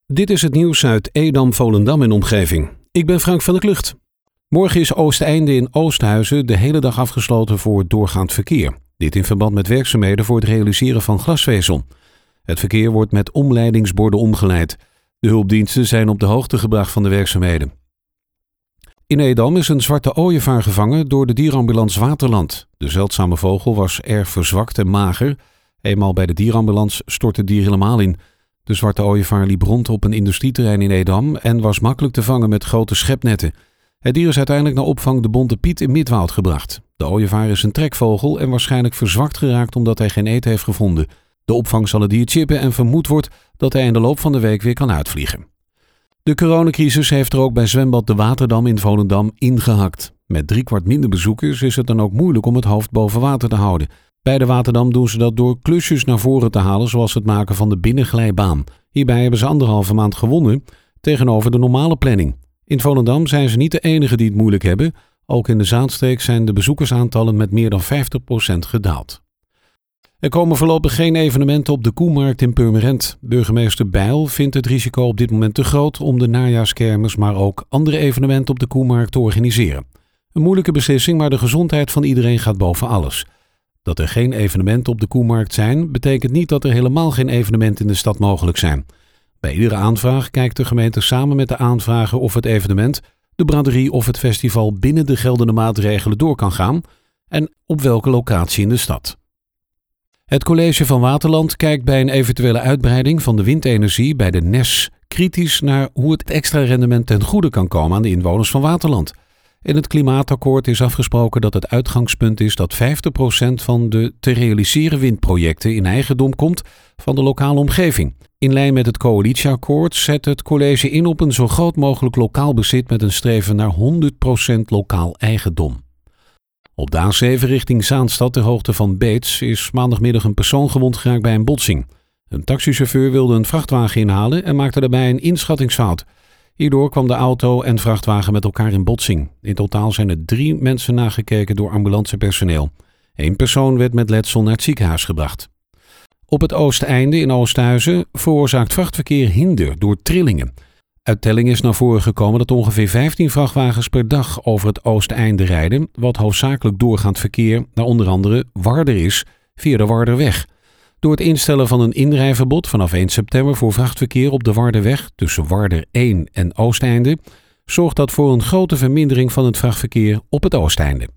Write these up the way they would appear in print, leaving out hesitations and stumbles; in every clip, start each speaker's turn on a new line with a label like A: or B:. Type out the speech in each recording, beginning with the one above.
A: Dit is het nieuws uit Edam, Volendam en omgeving. Ik ben Frank van der Klucht. Morgen is Oosteinde in Oosthuizen de hele dag afgesloten voor doorgaand verkeer. Dit in verband met werkzaamheden voor het realiseren van glasvezel. Het verkeer wordt met omleidingsborden omgeleid. De hulpdiensten zijn op de hoogte gebracht van de werkzaamheden. In Edam is een zwarte ooievaar gevangen door de dierenambulance Waterland. De zeldzame vogel was erg verzwakt en mager. Eenmaal bij de dierenambulance stortte het dier helemaal in. De zwarte ooievaar liep rond op een industrieterrein in Edam en was makkelijk te vangen met grote schepnetten. Het dier is uiteindelijk naar opvang de Bonte Piet in Midwoud gebracht. De ooievaar is een trekvogel en waarschijnlijk verzwakt geraakt omdat hij geen eten heeft gevonden. De opvang zal het dier chippen en vermoed wordt dat hij in de loop van de week weer kan uitvliegen. De coronacrisis heeft er ook bij zwembad De Waterdam in Volendam ingehakt. Met 3/4 minder bezoekers is het dan ook moeilijk om het hoofd boven water te houden. Bij de Waterdam doen ze dat door klusjes naar voren te halen, zoals het maken van de binnenglijbaan. Hierbij hebben ze 1,5 maand gewonnen tegenover de normale planning. In Volendam zijn ze niet de enigen die het moeilijk hebben. Ook in de Zaanstreek zijn de bezoekersaantallen met meer dan 50% gedaald. Er komen voorlopig geen evenementen op de Koemarkt in Purmerend. Burgemeester Bijl vindt het risico op dit moment te groot om de najaarskermis, maar ook andere evenementen op de Koemarkt te organiseren. Een moeilijke beslissing, maar de gezondheid van iedereen gaat boven alles. Dat er geen evenementen op de Koemarkt zijn, betekent niet dat er helemaal geen evenementen in de stad mogelijk zijn. Bij iedere aanvraag kijkt de gemeente samen met de aanvrager of het evenement, de braderie of het festival binnen de geldende maatregelen door kan gaan en op welke locatie in de stad. Het college van Waterland kijkt bij een eventuele uitbreiding van de windenergie bij de NES kritisch naar hoe het extra rendement ten goede kan komen aan de inwoners van Waterland. In het klimaatakkoord is afgesproken dat het uitgangspunt is dat 50% van de te realiseren windprojecten in eigendom komt van de lokale omgeving. In lijn met het coalitieakkoord zet het college in op een zo groot mogelijk lokaal bezit met een streven naar 100% lokaal eigendom. Op de A7 richting Zaanstad ter hoogte van Beets is maandagmiddag een persoon gewond geraakt bij een botsing. Een taxichauffeur wilde een vrachtwagen inhalen en maakte daarbij een inschattingsfout. Hierdoor kwam de auto en vrachtwagen met elkaar in botsing. In totaal zijn er 3 mensen nagekeken door ambulancepersoneel. 1 persoon werd met letsel naar het ziekenhuis gebracht. Op het Oosteinde in Oosthuizen veroorzaakt vrachtverkeer hinder door trillingen. Uit telling is naar voren gekomen dat ongeveer 15 vrachtwagens per dag over het Oosteinde rijden, wat hoofdzakelijk doorgaand verkeer naar onder andere Warder is via de Warderweg. Door het instellen van een inrijverbod vanaf 1 september voor vrachtverkeer op de Warderweg tussen Warder 1 en Oosteinde zorgt dat voor een grote vermindering van het vrachtverkeer op het Oosteinde.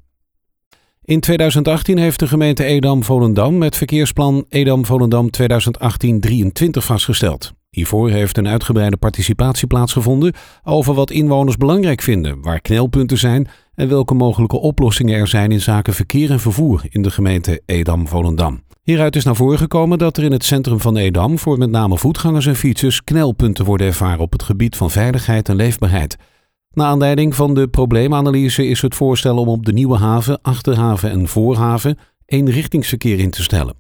A: In 2018 heeft de gemeente Edam-Volendam het verkeersplan Edam-Volendam 2018-23 vastgesteld. Hiervoor heeft een uitgebreide participatie plaatsgevonden over wat inwoners belangrijk vinden, waar knelpunten zijn en welke mogelijke oplossingen er zijn in zaken verkeer en vervoer in de gemeente Edam-Volendam. Hieruit is naar voren gekomen dat er in het centrum van Edam voor met name voetgangers en fietsers knelpunten worden ervaren op het gebied van veiligheid en leefbaarheid. Naar aanleiding van de probleemanalyse is het voorstel om op de Nieuwe Haven, Achterhaven en Voorhaven eenrichtingsverkeer in te stellen.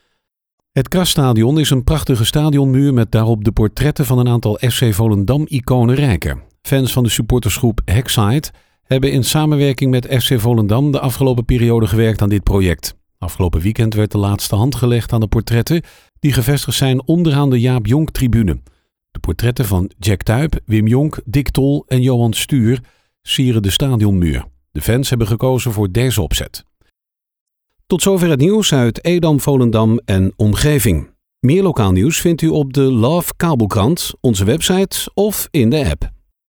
A: Het Krasstadion is een prachtige stadionmuur met daarop de portretten van een aantal FC Volendam-iconen rijker. Fans van de supportersgroep Hexside hebben in samenwerking met FC Volendam de afgelopen periode gewerkt aan dit project. Afgelopen weekend werd de laatste hand gelegd aan de portretten die gevestigd zijn onderaan de Jaap Jonk-tribune. De portretten van Jack Tuyp, Wim Jonk, Dick Tol en Johan Stuur sieren de stadionmuur. De fans hebben gekozen voor deze opzet. Tot zover het nieuws uit Edam, Volendam en omgeving. Meer lokaal nieuws vindt u op de Love Kabelkrant, onze website of in de app.